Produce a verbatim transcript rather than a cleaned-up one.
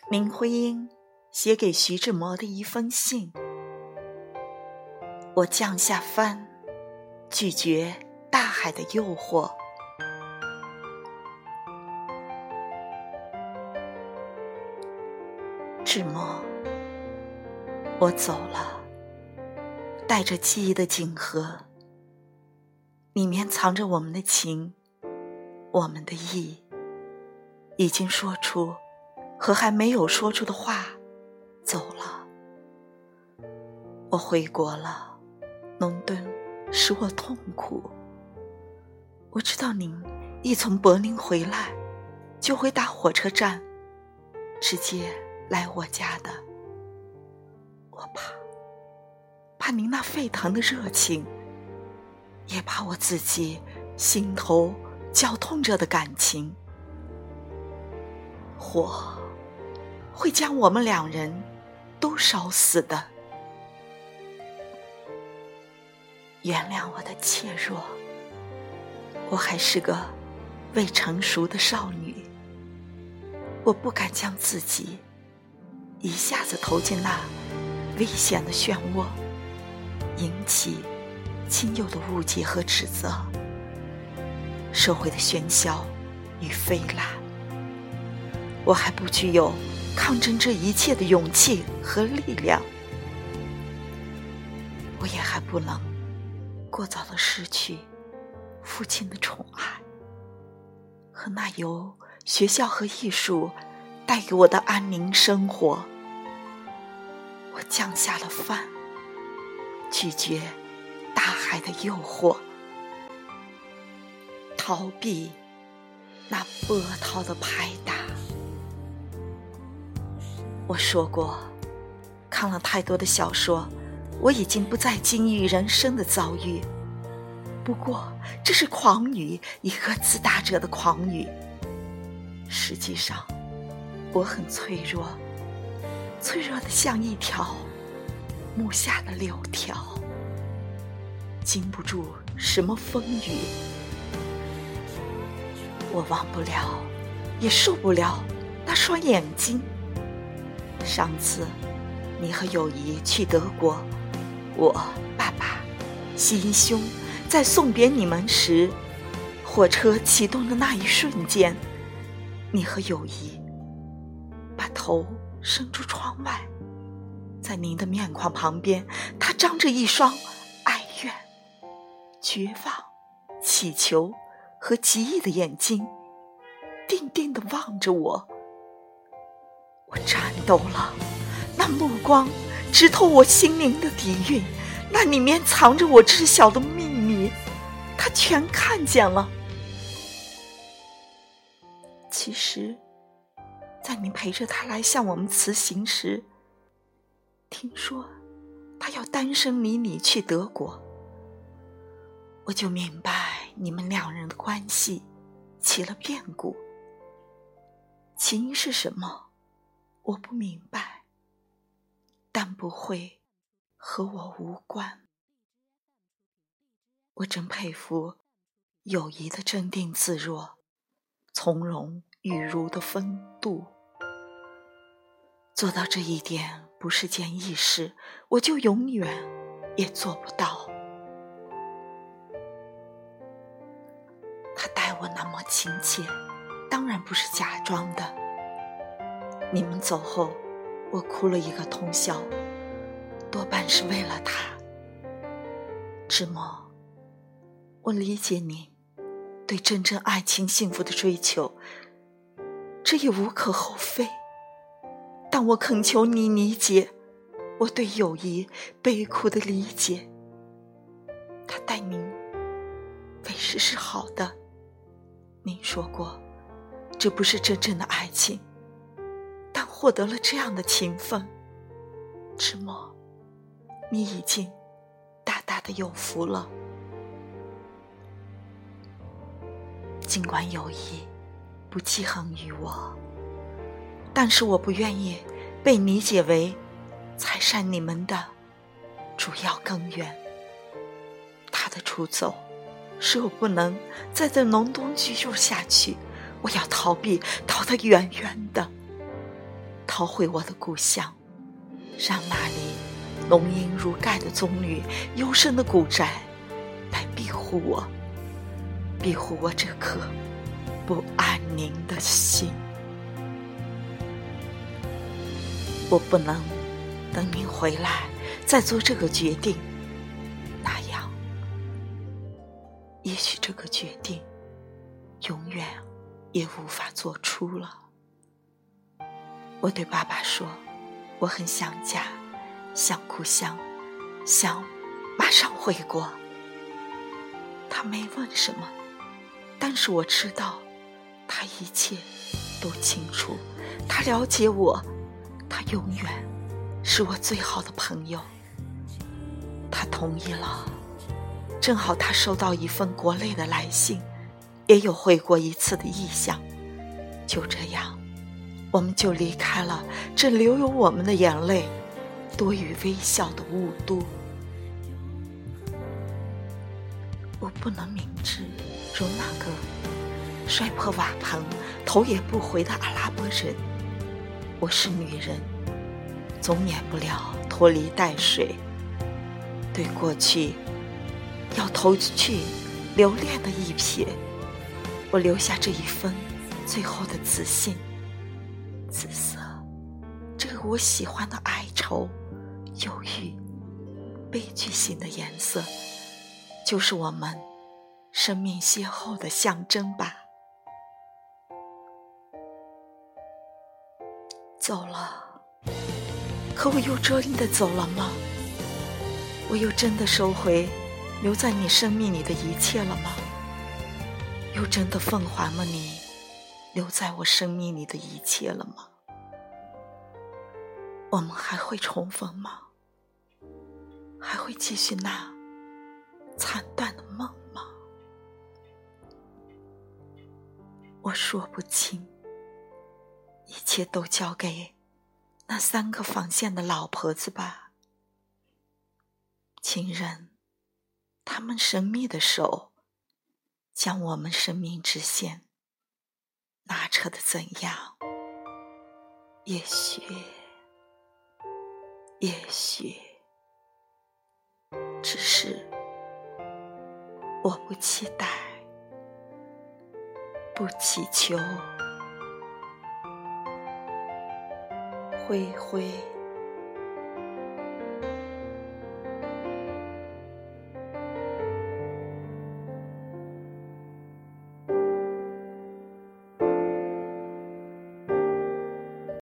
林徽因写给徐志摩的一封信。我降下帆，拒绝大海的诱惑。志摩，我走了，带着记忆的锦盒，里面藏着我们的情，我们的意，已经说出和还没有说出的话，走了。我回国了，伦敦使我痛苦。我知道您一从柏林回来，就会打火车站，直接来我家的。我怕，怕您那沸腾的热情，也怕我自己心头绞痛着的感情。火会将我们两人都烧死的。原谅我的怯弱，我还是个未成熟的少女，我不敢将自己一下子投进那危险的漩涡，引起亲友的误解和指责，社会的喧嚣与非懒。我还不具有抗争这一切的勇气和力量，我也还不能过早的失去父亲的宠爱和那由学校和艺术带给我的安宁生活。我降下了帆，拒绝大海的诱惑，逃避那波涛的拍打。我说过，看了太多的小说，我已经不再经历人生的遭遇。不过这是狂语，一个自大者的狂语。实际上我很脆弱，脆弱的像一条木下的柳条，经不住什么风雨。我忘不了，也受不了那双眼睛。上次你和友谊去德国，我爸爸西兄在送别你们时，火车启动的那一瞬间，你和友谊把头伸出窗外，在您的面孔旁边，他张着一双哀怨、绝望、祈求和极意的眼睛，定定地望着我。我颤抖了，那目光直透我心灵的底蕴，那里面藏着我知晓的秘密，他全看见了。其实在你陪着他来向我们辞行时，听说他要单身离你去德国，我就明白你们两人的关系起了变故。起因是什么我不明白，但不会和我无关。我真佩服友谊的镇定自若，从容雨如的风度。做到这一点不是件易事，我就永远也做不到。他待我那么亲切，当然不是假装的。你们走后，我哭了一个通宵，多半是为了他。志摩，我理解你对真正爱情幸福的追求，这也无可厚非，但我恳求你理解我对友谊悲苦的理解。他待您为时是好的，您说过这不是真正的爱情，但获得了这样的情分，志摩，你已经大大的有福了。尽管友谊不记恨于我，但是我不愿意被理解为拆散你们的主要根源。他的出走使我不能在这隆冬居住下去，我要逃避，逃得远远的。 逃回我的故乡，让那里浓荫如盖的棕榈、幽深的古宅来庇护我，庇护我这颗不安宁的心。我不能等您回来再做这个决定，那样也许这个决定永远也无法做出了。我对爸爸说，我很想家，想故乡，想马上回国。他没问什么，但是我知道他一切都清楚，他了解我，他永远是我最好的朋友。他同意了，正好他收到一份国内的来信，也有回国一次的意向。就这样，我们就离开了这留有我们的眼泪多于微笑的雾都。我不能明知如那个摔破瓦盆头也不回的阿拉伯人，我是女人，总免不了拖泥带水，对过去要投去留恋的一瞥。我留下这一封最后的自信，紫色，这个我喜欢的哀愁、忧郁、悲剧性的颜色，就是我们生命邂逅的象征吧。走了，可我又真的走了吗？我又真的收回留在你生命里的一切了吗？又真的奉还了你留在我生命里的一切了吗？我们还会重逢吗？还会继续那惨淡的梦吗？我说不清，一切都交给那三个纺线的老婆子吧。情人，他们神秘的手将我们生命之线拉扯得怎样？也许也许只是我不期待，不祈求，挥挥